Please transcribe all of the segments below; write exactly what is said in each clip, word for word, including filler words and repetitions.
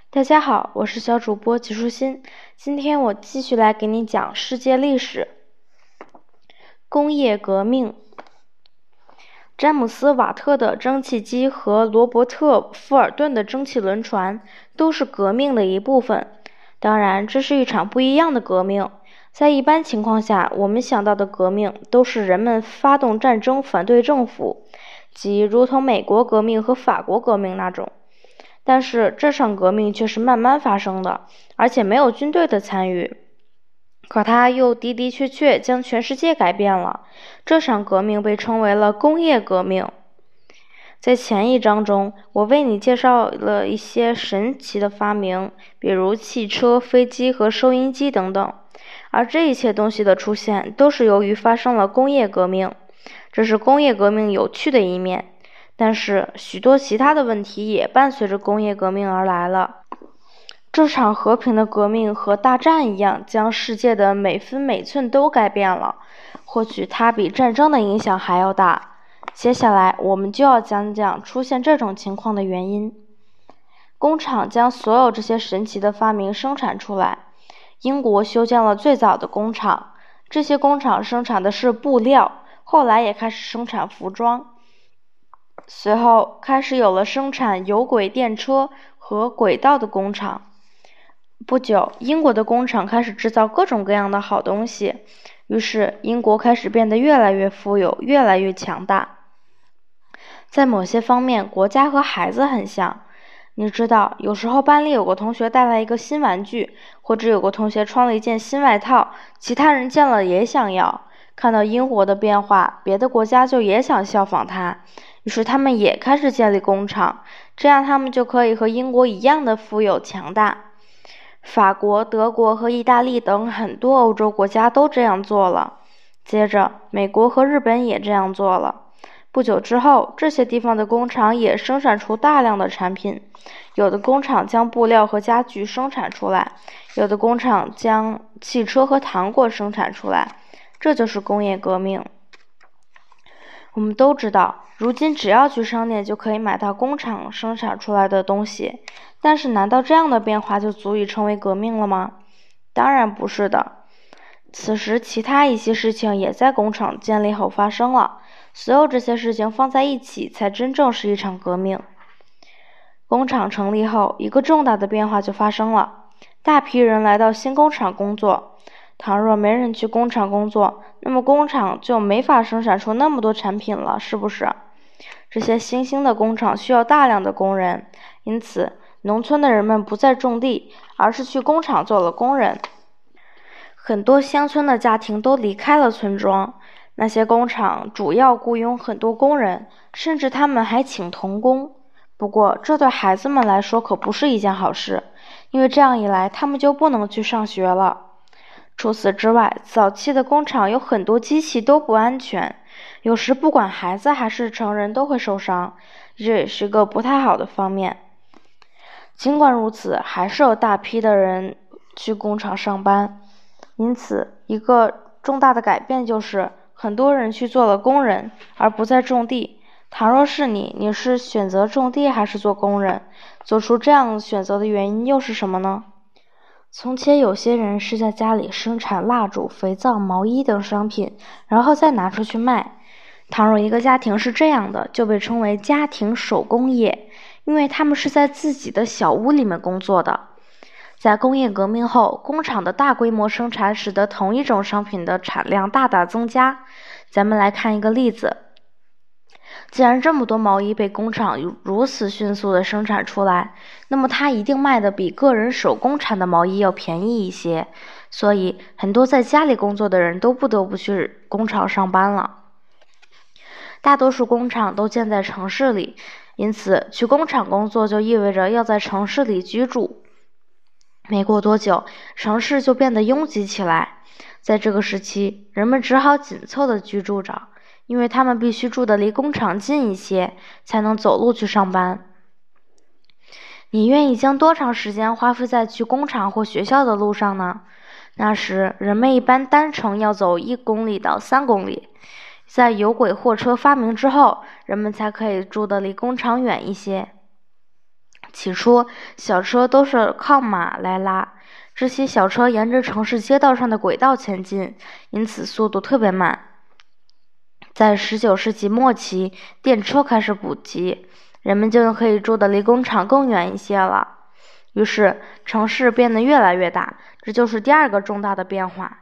大家好，我是小主播吉舒心。今天我继续来给你讲世界历史。工业革命。詹姆斯·瓦特的蒸汽机和罗伯特·富尔顿的蒸汽轮船都是革命的一部分。当然，这是一场不一样的革命。在一般情况下，我们想到的革命都是人们发动战争反对政府，即如同美国革命和法国革命那种。但是这场革命却是慢慢发生的，而且没有军队的参与。可它又的的确确将全世界改变了。这场革命被称为了工业革命。在前一章中，我为你介绍了一些神奇的发明，比如汽车、飞机和收音机等等。而这一切东西的出现，都是由于发生了工业革命。这是工业革命有趣的一面。但是许多其他的问题也伴随着工业革命而来了。这场和平的革命和大战一样，将世界的每分每寸都改变了，或许它比战争的影响还要大。接下来我们就要讲讲出现这种情况的原因。工厂将所有这些神奇的发明生产出来。英国修建了最早的工厂，这些工厂生产的是布料，后来也开始生产服装。随后开始有了生产有轨电车和轨道的工厂。不久，英国的工厂开始制造各种各样的好东西，于是英国开始变得越来越富有，越来越强大。在某些方面，国家和孩子很像。你知道，有时候班里有个同学带来一个新玩具，或者有个同学穿了一件新外套，其他人见了也想要。看到英国的变化，别的国家就也想效仿它。于是他们也开始建立工厂，这样他们就可以和英国一样的富有强大。法国、德国和意大利等很多欧洲国家都这样做了。接着，美国和日本也这样做了。不久之后，这些地方的工厂也生产出大量的产品。有的工厂将布料和家具生产出来，有的工厂将汽车和糖果生产出来。这就是工业革命。我们都知道，如今只要去商店就可以买到工厂生产出来的东西，但是难道这样的变化就足以成为革命了吗？当然不是的。此时其他一些事情也在工厂建立后发生了，所有这些事情放在一起才真正是一场革命。工厂成立后，一个重大的变化就发生了，大批人来到新工厂工作。倘若没人去工厂工作，那么工厂就没法生产出那么多产品了，是不是？这些新兴的工厂需要大量的工人，因此农村的人们不再种地，而是去工厂做了工人。很多乡村的家庭都离开了村庄，那些工厂主要雇佣很多工人，甚至他们还请童工。不过这对孩子们来说可不是一件好事，因为这样一来他们就不能去上学了。除此之外，早期的工厂有很多机器都不安全，有时不管孩子还是成人都会受伤，这也是个不太好的方面。尽管如此，还是有大批的人去工厂上班，因此一个重大的改变就是很多人去做了工人，而不再种地。倘若是你，你是选择种地还是做工人？做出这样选择的原因又是什么呢？从前有些人是在家里生产蜡烛、肥皂、毛衣等商品，然后再拿出去卖。倘若一个家庭是这样的，就被称为家庭手工业，因为他们是在自己的小屋里面工作的。在工业革命后，工厂的大规模生产使得同一种商品的产量大大增加。咱们来看一个例子。既然这么多毛衣被工厂如此迅速地生产出来，那么它一定卖的比个人手工产的毛衣要便宜一些，所以很多在家里工作的人都不得不去工厂上班了。大多数工厂都建在城市里，因此去工厂工作就意味着要在城市里居住。没过多久，城市就变得拥挤起来。在这个时期，人们只好紧凑地居住着，因为他们必须住得离工厂近一些，才能走路去上班。你愿意将多长时间花费在去工厂或学校的路上呢？那时，人们一般单程要走一公里到三公里。在有轨货车发明之后，人们才可以住得离工厂远一些。 起初，小车都是靠马来拉，这些小车沿着城市街道上的轨道前进，因此速度特别慢。在十九世纪末期，电车开始普及，人们就可以住得离工厂更远一些了。于是，城市变得越来越大，这就是第二个重大的变化。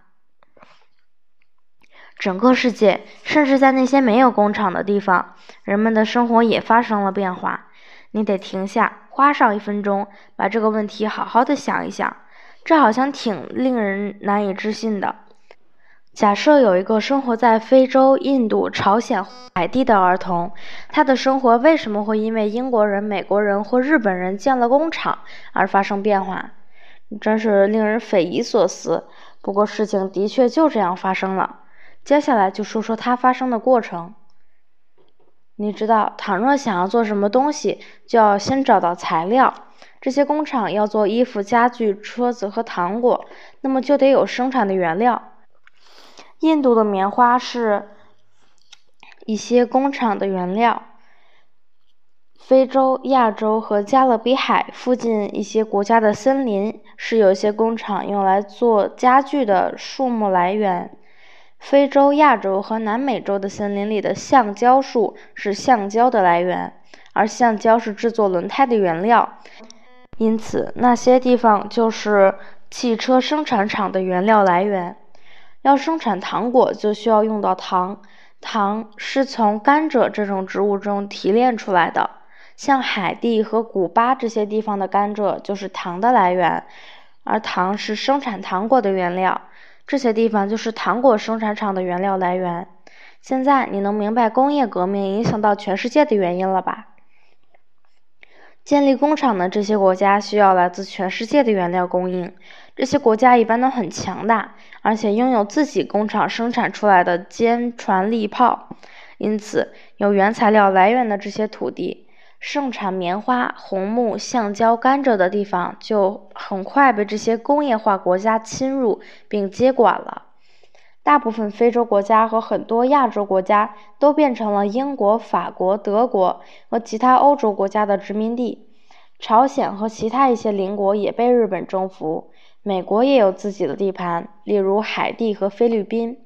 整个世界，甚至在那些没有工厂的地方，人们的生活也发生了变化。你得停下，花上一分钟，把这个问题好好的想一想。这好像挺令人难以置信的。假设有一个生活在非洲、印度、朝鲜、海地的儿童，他的生活为什么会因为英国人、美国人或日本人建了工厂而发生变化？真是令人匪夷所思。不过事情的确就这样发生了。接下来就说说它发生的过程。你知道，倘若想要做什么东西，就要先找到材料。这些工厂要做衣服、家具、车子和糖果，那么就得有生产的原料。印度的棉花是一些工厂的原料。非洲、亚洲和加勒比海附近一些国家的森林是有些工厂用来做家具的树木来源。非洲、亚洲和南美洲的森林里的橡胶树是橡胶的来源，而橡胶是制作轮胎的原料，因此那些地方就是汽车生产厂的原料来源。要生产糖果就需要用到糖，糖是从甘蔗这种植物中提炼出来的，像海地和古巴这些地方的甘蔗就是糖的来源，而糖是生产糖果的原料。这些地方就是糖果生产厂的原料来源。现在你能明白工业革命影响到全世界的原因了吧？建立工厂的这些国家需要来自全世界的原料供应，这些国家一般都很强大，而且拥有自己工厂生产出来的坚船利炮，因此有原材料来源的这些土地，盛产棉花、红木、橡胶、甘蔗的地方就很快被这些工业化国家侵入并接管了。大部分非洲国家和很多亚洲国家都变成了英国、法国、德国和其他欧洲国家的殖民地。朝鲜和其他一些邻国也被日本征服，美国也有自己的地盘，例如海地和菲律宾。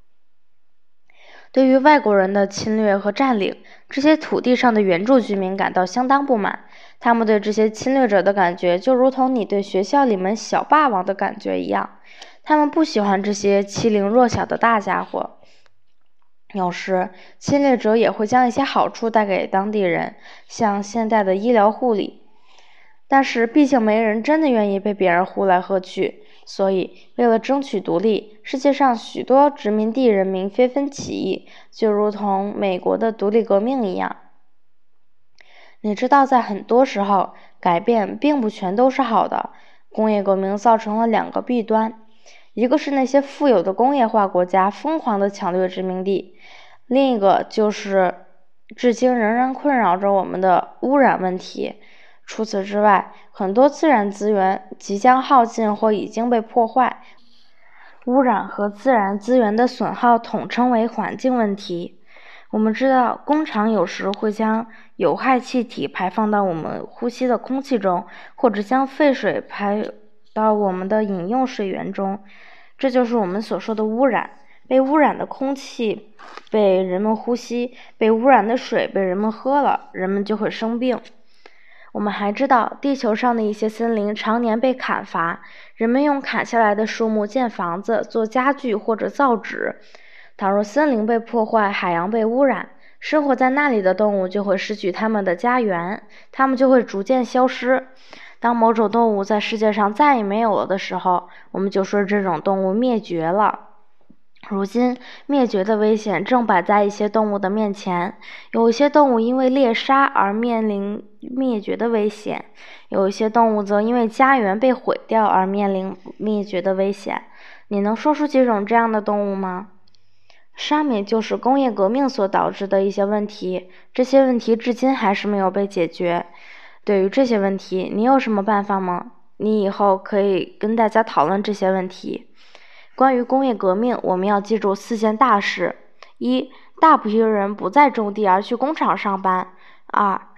对于外国人的侵略和占领，这些土地上的原住居民感到相当不满。他们对这些侵略者的感觉就如同你对学校里面小霸王的感觉一样，他们不喜欢这些欺凌弱小的大家伙。有时，侵略者也会将一些好处带给当地人，像现代的医疗护理。但是，毕竟没人真的愿意被别人呼来喝去，所以为了争取独立，世界上许多殖民地人民纷纷起义，就如同美国的独立革命一样。你知道，在很多时候，改变并不全都是好的。工业革命造成了两个弊端，一个是那些富有的工业化国家疯狂地抢掠殖民地，另一个就是至今仍然困扰着我们的污染问题。除此之外，很多自然资源即将耗尽或已经被破坏。污染和自然资源的损耗统称为环境问题。我们知道，工厂有时会将有害气体排放到我们呼吸的空气中，或者将废水排到我们的饮用水源中，这就是我们所说的污染。被污染的空气被人们呼吸，被污染的水被人们喝了，人们就会生病。我们还知道，地球上的一些森林常年被砍伐，人们用砍下来的树木建房子、做家具或者造纸。倘若森林被破坏，海洋被污染，生活在那里的动物就会失去它们的家园，它们就会逐渐消失。当某种动物在世界上再也没有了的时候，我们就说这种动物灭绝了。如今，灭绝的危险正摆在一些动物的面前，有一些动物因为猎杀而面临灭绝的危险，有一些动物则因为家园被毁掉而面临灭绝的危险。你能说出几种这样的动物吗？上面就是工业革命所导致的一些问题，这些问题至今还是没有被解决。对于这些问题，你有什么办法吗？你以后可以跟大家讨论这些问题。关于工业革命，我们要记住四件大事：一、大批人不再种地而去工厂上班；二、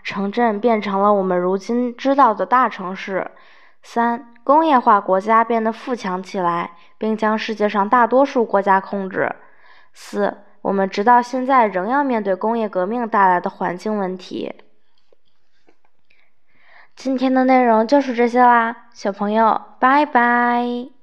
城镇变成了我们如今知道的大城市。三、工业化国家变得富强起来，并将世界上大多数国家控制。四、我们直到现在仍要面对工业革命带来的环境问题。今天的内容就是这些啦，小朋友，拜拜。